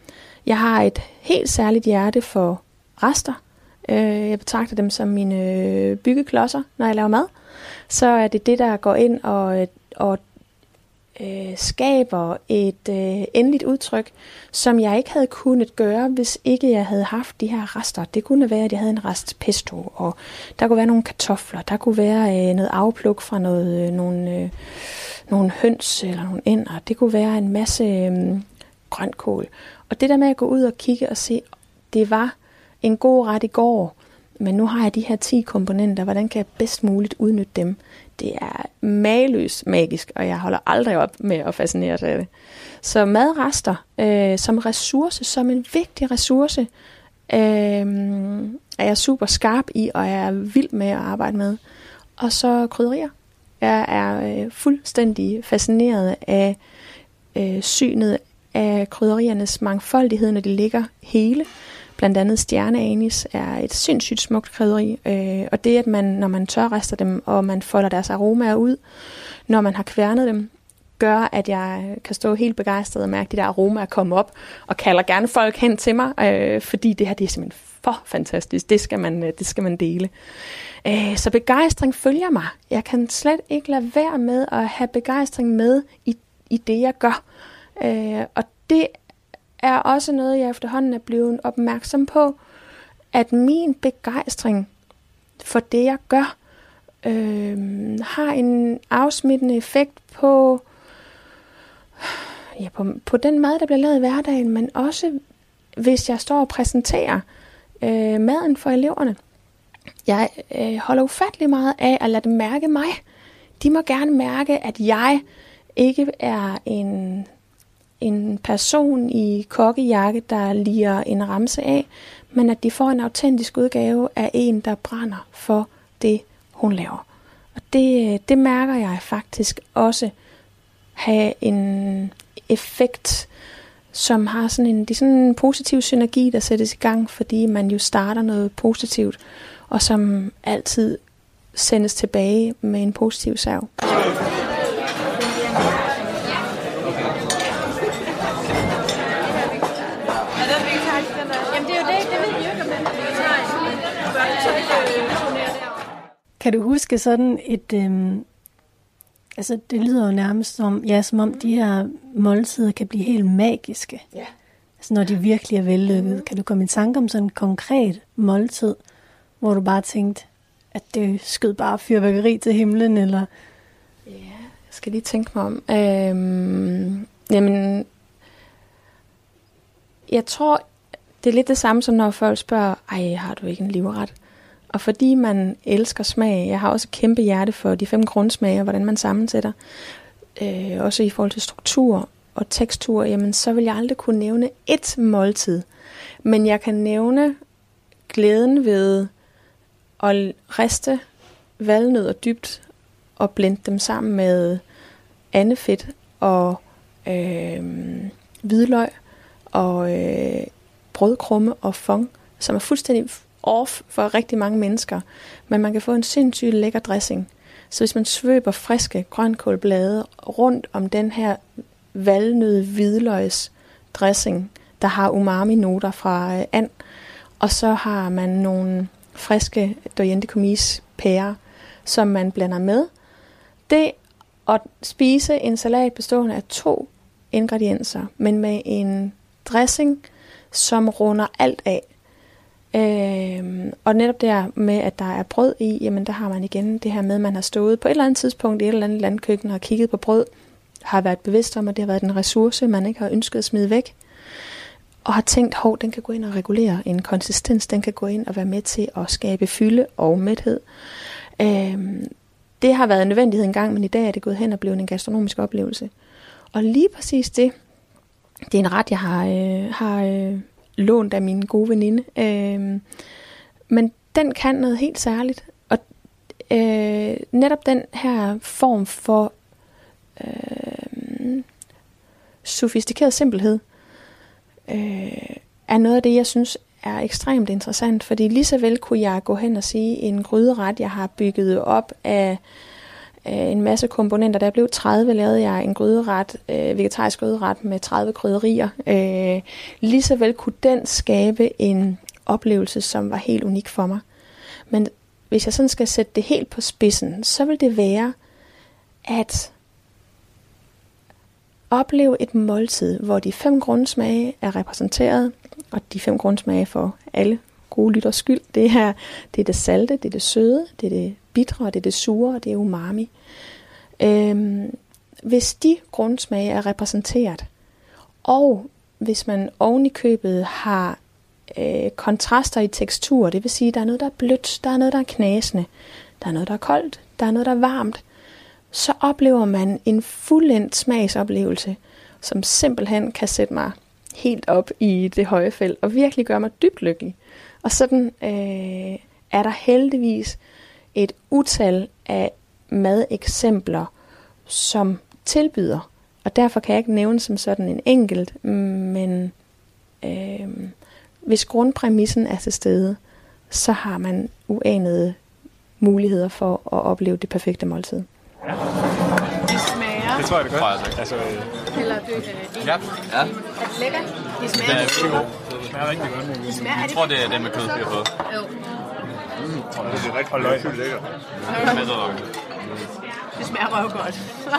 Jeg har et helt særligt hjerte for rester. Jeg betragter dem som mine byggeklodser, når jeg laver mad. Så er det det, der går ind og, og øh, skaber et øh, endeligt udtryk, som jeg ikke havde kunnet gøre, hvis ikke jeg havde haft de her rester. Det kunne være, at jeg havde en rest pesto, og der kunne være nogle kartofler, der kunne være øh, noget afpluk fra noget, øh, nogle, øh, nogle høns eller nogle ænder. Det kunne være en masse øh, grønkål. Og det der med at gå ud og kigge og se, det var en god ret i går, men nu har jeg de her ti komponenter. Hvordan kan jeg bedst muligt udnytte dem? Det er mageløst magisk, og jeg holder aldrig op med at fascineres af det. Så madrester øh, som ressource, som en vigtig ressource, øh, er jeg super skarp i, og jeg er vild med at arbejde med. Og så krydderier. Jeg er øh, fuldstændig fascineret af øh, synet af krydderiernes mangfoldighed, når de ligger hele. Blandt andet stjerneanis er et sindssygt smukt krydderi, øh, og det at man, når man tørrester dem, og man folder deres aromaer ud, når man har kværnet dem, gør, at jeg kan stå helt begejstret og mærke, at de der aromaer kommer op, og kalder gerne folk hen til mig, øh, fordi det her det er simpelthen for fantastisk. Det skal man, det skal man dele. Øh, så begejstring følger mig. Jeg kan slet ikke lade være med at have begejstring med i, i det, jeg gør. Øh, og det er også noget, jeg efterhånden er blevet opmærksom på, at min begejstring for det, jeg gør, øh, har en afsmittende effekt på, ja, på, på den mad, der bliver lavet i hverdagen, men også hvis jeg står og præsenterer øh, maden for eleverne. Jeg øh, holder ufattelig meget af at lade dem mærke mig. De må gerne mærke, at jeg ikke er en... en person i kokkejakke, der liger en ramse af, men at de får en autentisk udgave af en, der brænder for det, hun laver. Og det, det mærker jeg faktisk også have en effekt, som har sådan en, det er sådan en positiv synergi, der sættes i gang, fordi man jo starter noget positivt, og som altid sendes tilbage med en positiv serv. Kan du huske sådan et, øhm, altså det lyder jo nærmest som, ja, som om de her måltider kan blive helt magiske. Ja. Altså når de virkelig er vellykket. Mm. Kan du komme i tanke om sådan en konkret måltid, hvor du bare tænkte, at det skød bare fyrværkeri til himlen, eller? Ja, jeg skal lige tænke mig om. Øhm, jamen, jeg tror, det er lidt det samme som når folk spørger, ej, har du ikke en livret? Og fordi man elsker smag, jeg har også et kæmpe hjerte for de fem grundsmager, hvordan man sammensætter, øh, også i forhold til struktur og tekstur, jamen så vil jeg aldrig kunne nævne ét måltid. Men jeg kan nævne glæden ved at riste valnødder dybt og blende dem sammen med andefedt og øh, hvidløg og øh, brødkrumme og fong, som er fuldstændig off for rigtig mange mennesker, men man kan få en sindssygt lækker dressing. Så hvis man svøber friske grønkålblade rundt om den her valnød hvidløgs dressing, der har umami-noter fra øh, and, og så har man nogle friske Doyenne de Comis pærer, som man blander med. Det at spise en salat bestående af to ingredienser, men med en dressing, som runder alt af. Øhm, og netop der med, at der er brød i, jamen der har man igen det her med, at man har stået på et eller andet tidspunkt i et eller andet landkøkken og kigget på brød, har været bevidst om, at det har været en ressource, man ikke har ønsket at smide væk, og har tænkt, hov, den kan gå ind og regulere en konsistens, den kan gå ind og være med til at skabe fylde og mæthed. Øhm, det har været en nødvendighed engang, men i dag er det gået hen og blevet en gastronomisk oplevelse. Og lige præcis det, det er en ret, jeg har, øh, har øh, lånt af min gode veninde. Øh, men den kan noget helt særligt. Og øh, netop den her form for øh, sofistikeret simpelhed, øh, er noget af det, jeg synes er ekstremt interessant. Fordi lige så vel kunne jeg gå hen og sige, en gryderet, jeg har bygget op af en masse komponenter. Da jeg blev tredive, lavede jeg en gryderet, øh, vegetarisk gryderet med tredive krydderier. Øh, lige så vel kunne den skabe en oplevelse, som var helt unik for mig. Men hvis jeg sådan skal sætte det helt på spidsen, så vil det være at opleve et måltid, hvor de fem grundsmage er repræsenteret, og de fem grundsmage for alle gode lytters skyld, det er, det er det salte, det er det søde, det er det bitre, det er det sure, og det er umami. Øhm, hvis de grundsmage er repræsenteret, og hvis man oven i købet har øh, kontraster i tekstur, det vil sige, at der er noget, der er blødt, der er noget, der er knasende, der er noget, der er koldt, der er noget, der er varmt, så oplever man en fuldendt smagsoplevelse, som simpelthen kan sætte mig helt op i det høje felt, og virkelig gøre mig dybt lykkelig. Og sådan øh, er der heldigvis et utal af madeksempler, som tilbyder. Og derfor kan jeg ikke nævne som sådan en enkelt, men øh, hvis grundpræmissen er til stede, så har man uanede muligheder for at opleve det perfekte måltid. Ja. De smager. Det tror jeg, det gør. Altså, øh... Eller det øh, ja. Ja. Er det lækkert? De smager. Det er god. Det smager rigtig godt. De smager, jeg tror, det er den med kød, vi har fået. Jo. Mm, jeg tror, det er rigtig og løg. Lækkert. Det smager røvgodt.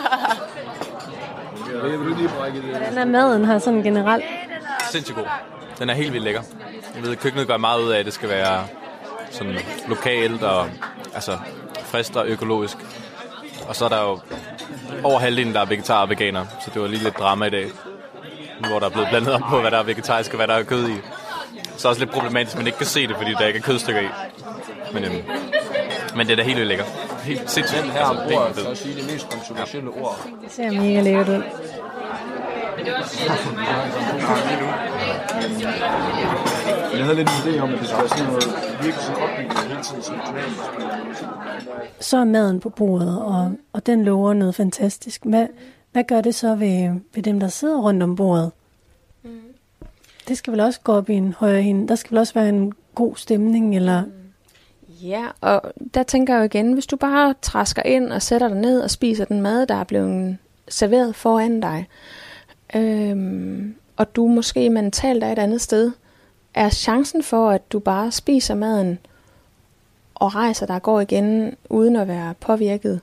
Hvordan er maden her sådan generelt? Sindssygt god. Den er helt vildt lækker. Jeg ved, køkkenet gør meget ud af, at det skal være sådan lokalt og altså frisk og økologisk. Og så er der jo over halvdelen, der er vegetar og veganer, så det var lige lidt drama i dag, hvor der er blevet blandet op på, hvad der er vegetarisk og hvad der er kød i. Så er også lidt problematisk, at man ikke kan se det, fordi der ikke er kødstykker i. Men, øhm, men det er da helt vildt lækker. Helt sindssygt. Den her altså, ord, så at sige det mest kontroversielle ja. ord. Det ser mega lækkert ud. Jeg havde lidt en idé om, at det skulle være sådan noget virkelig sådan opbygget hele tiden. Sådan så er maden på bordet, og, og den lover noget fantastisk. Hvad, hvad gør det så ved, ved dem, der sidder rundt om bordet? Mm. Det skal vel også gå op i en højere hende. Der skal vel også være en god stemning, eller... Ja, og der tænker jeg jo igen, hvis du bare træsker ind og sætter dig ned og spiser den mad, der er blevet serveret foran dig, øhm, og du måske mentalt er et andet sted, er chancen for, at du bare spiser maden og rejser dig og går igen, uden at være påvirket,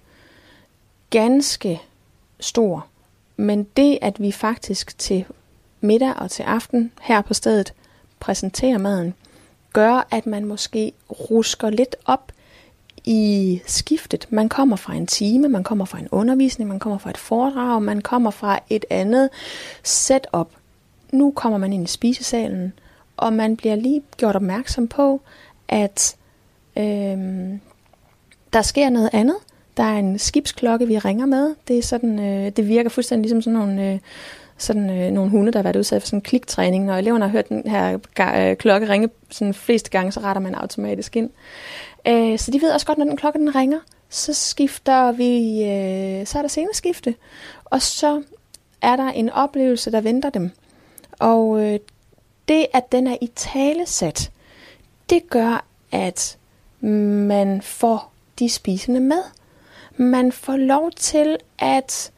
ganske stor. Men det, at vi faktisk til middag og til aften her på stedet præsenterer maden, gør, at man måske rusker lidt op i skiftet. Man kommer fra en time, man kommer fra en undervisning, man kommer fra et foredrag, man kommer fra et andet setup. Nu kommer man ind i spisesalen, og man bliver lige gjort opmærksom på, at øhm, der sker noget andet. Der er en skibsklokke, vi ringer med. Det er sådan, øh, det virker fuldstændig ligesom sådan nogle... Øh, sådan øh, nogle hunde, der har været udsat for sådan en kliktræning. Når eleverne har hørt den her øh, klokke ringe sådan fleste gange, så retter man automatisk ind. Øh, så de ved også godt, når den klokke den ringer, så skifter vi, øh, så er der sceneskifte. Og så er der en oplevelse, der venter dem. Og øh, det, at den er i talesat, det gør, at man får de spisende med. Man får lov til at...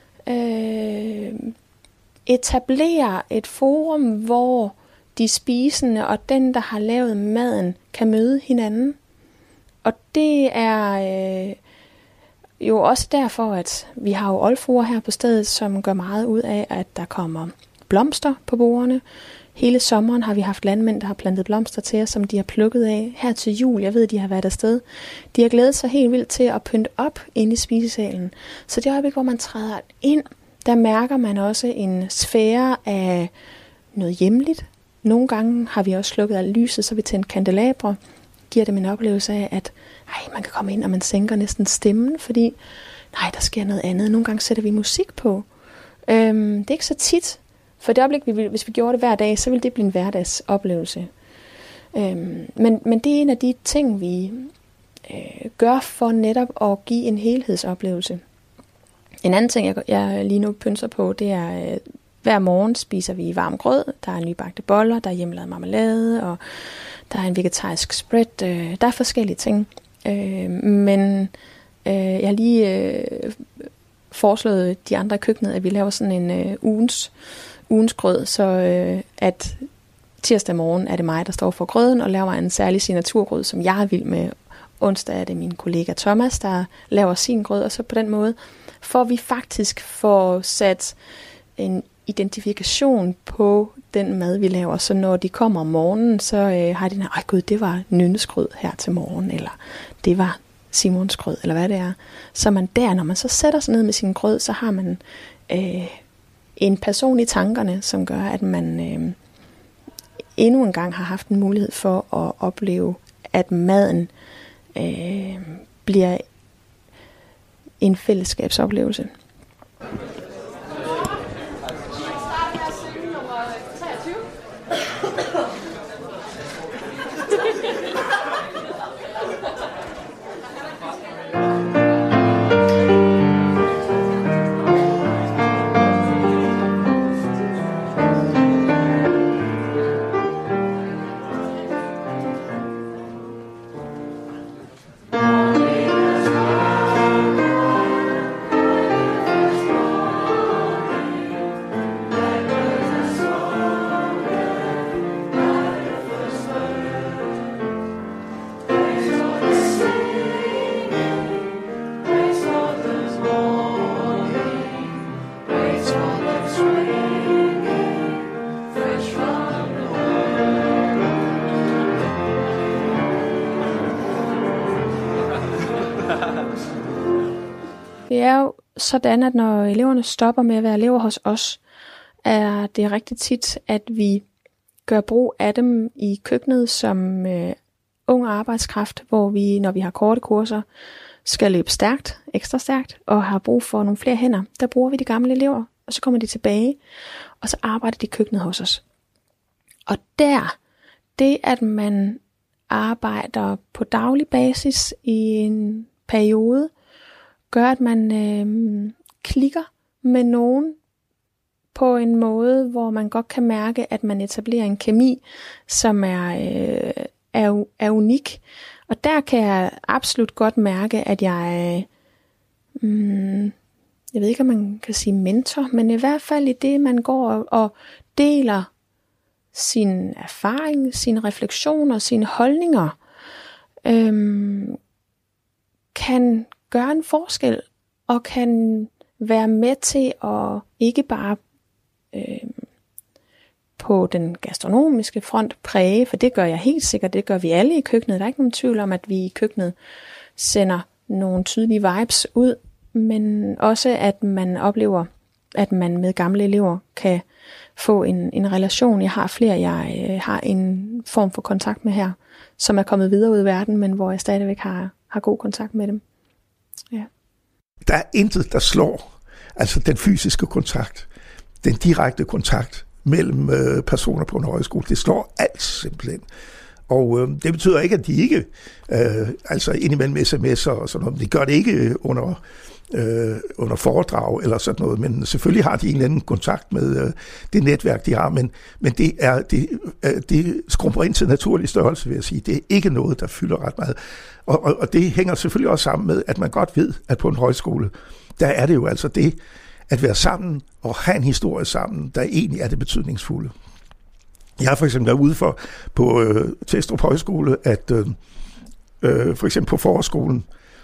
Øh, etablere et forum, hvor de spisende og den, der har lavet maden, kan møde hinanden. Og det er øh, jo også derfor, at vi har jo oldfruer her på stedet, som gør meget ud af, at der kommer blomster på bordene. Hele sommeren har vi haft landmænd, der har plantet blomster til os, som de har plukket af. Her til jul, jeg ved, de har været afsted. De har glædet sig helt vildt til at pynte op inde i spisesalen. Så det øjeblik, hvor man træder ind, der mærker man også en sfære af noget hjemligt. Nogle gange har vi også slukket alt lyset, så vi tænder kandelabre. Giver dem en oplevelse af, at ej, man kan komme ind, og man sænker næsten stemmen, fordi nej, der sker noget andet. Nogle gange sætter vi musik på. Øhm, det er ikke så tit. For det øjeblik, vi, hvis vi gjorde det hver dag, så ville det blive en hverdagsoplevelse. Øhm, men, men det er en af de ting, vi øh, gør for netop at give en helhedsoplevelse. En anden ting, jeg, jeg lige nu pynser på, det er, øh, hver morgen spiser vi varm grød, der er nybagte boller, der er hjemmelavet marmelade, og der er en vegetarisk spread. Øh, der er forskellige ting. Øh, men Øh, jeg har lige øh, foreslået de andre i køkkenet, at vi laver sådan en øh, ugens, ugens grød, så øh, at tirsdag morgen er det mig, der står for grøden og laver en særlig signaturgrød, som jeg er vild med. Onsdag er det min kollega Thomas, der laver sin grød, og så på den måde får vi faktisk får sat en identifikation på den mad, vi laver. Så når de kommer om morgenen, så øh, har de den her, ej gud, det var Nynnes grød her til morgen, eller det var Simons grød, eller hvad det er. Så man der, når man så sætter sig ned med sin grød, så har man øh, en person i tankerne, som gør, at man øh, endnu en gang har haft en mulighed for at opleve, at maden øh, bliver en fællesskabsoplevelse. Det er jo sådan, at når eleverne stopper med at være elever hos os, er det rigtig tit, at vi gør brug af dem i køkkenet som øh, ung arbejdskraft, hvor vi, når vi har korte kurser, skal løbe stærkt, ekstra stærkt, og har brug for nogle flere hænder. Der bruger vi de gamle elever, og så kommer de tilbage, og så arbejder de i køkkenet hos os. Og der, det at man arbejder på daglig basis i en periode, gør, at man øh, klikker med nogen på en måde, hvor man godt kan mærke, at man etablerer en kemi, som er, øh, er, er unik. Og der kan jeg absolut godt mærke, at jeg, øh, jeg ved ikke, om man kan sige mentor, men i hvert fald i det, man går og, og deler sin erfaring, sine refleksioner, sine holdninger, øh, kan gøre en forskel, og kan være med til at ikke bare øh, på den gastronomiske front præge, for det gør jeg helt sikkert, det gør vi alle i køkkenet. Der er ikke nogen tvivl om, at vi i køkkenet sender nogle tydelige vibes ud, men også at man oplever, at man med gamle elever kan få en, en relation. Jeg har flere, jeg øh, har en form for kontakt med her, som er kommet videre ud i verden, men hvor jeg stadigvæk har, har god kontakt med dem. Ja. Der er intet, der slår, altså den fysiske kontakt, den direkte kontakt mellem øh, personer på en højskole. Det slår alt simpelthen. Og øh, det betyder ikke, at de ikke, øh, altså indimellem sms'er og sådan noget, de gør det ikke under, øh, under foredrag eller sådan noget, men selvfølgelig har de en eller anden kontakt med øh, det netværk, de har, men, men det, er, det, øh, det skrumper ind til naturlig størrelse, vil jeg sige. Det er ikke noget, der fylder ret meget. Og, og, og det hænger selvfølgelig også sammen med, at man godt ved, at på en højskole, der er det jo altså det, at være sammen og have en historie sammen, der egentlig er det betydningsfulde. Jeg har for eksempel været ude for på øh, Testrup Højskole, at øh, øh, for eksempel på forårsskolen,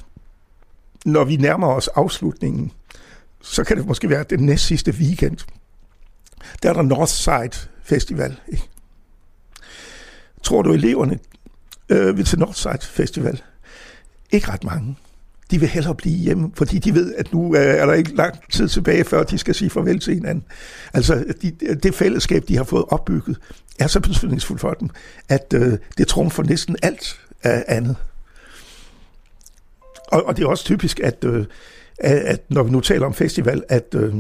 når vi nærmer os afslutningen, så kan det måske være den næst sidste weekend. Der er der Northside Festival. Ikke? Tror du, eleverne øh, vil til Northside Festival? Ikke ret mange. De vil hellere blive hjemme, fordi de ved, at nu er der ikke lang tid tilbage, før de skal sige farvel til hinanden. Altså, de, det fællesskab, de har fået opbygget, er så betydningsfuldt for dem, at øh, det trumfer næsten alt af andet. Og, og det er også typisk, at, øh, at når vi nu taler om festival, at øh,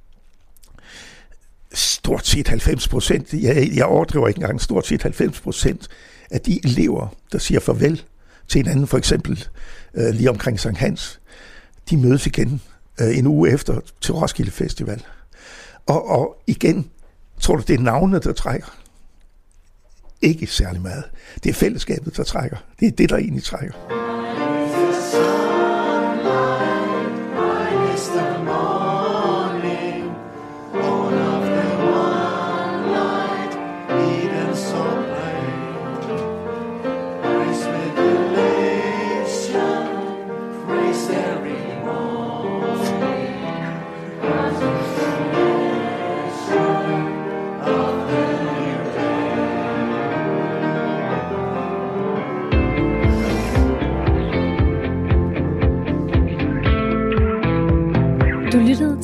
stort set halvfems procent, jeg, jeg overdriver ikke engang, stort set halvfems procent af de elever, der siger farvel til hinanden, for eksempel øh, lige omkring Sankt Hans, de mødes igen øh, en uge efter til Roskilde Festival. Og, og igen, tror du, det er navnene, der trækker? Ikke særlig meget. Det er fællesskabet, der trækker. Det er det, der egentlig trækker.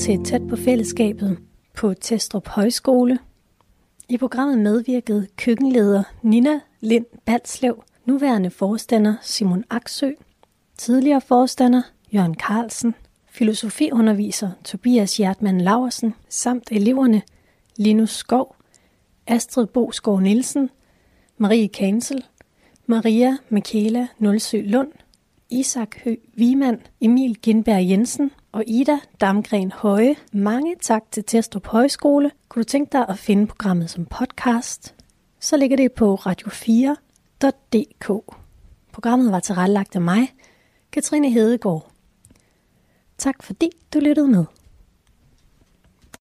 til Tæt på fællesskabet på Testrup Højskole. I programmet medvirkede køkkenleder Nina Lind Balslev, nuværende forstander Simon Aksø, tidligere forstander Jørgen Carlsen, filosofiunderviser Tobias Hjertmann Laursen samt eleverne Linus Skov, Astrid Boskov Nielsen, Marie Kansel, Maria Michaela Nulsø Lund, Isak Høgh Wiemann, Emil Gindberg Jensen og Ida Damgren Høje. Mange tak til Testrup Højskole. Kunne du tænke dig at finde programmet som podcast, så ligger det på radio fire punktum d k. Programmet var tilrettelagt af mig, Katrine Hedegaard. Tak fordi du lyttede med.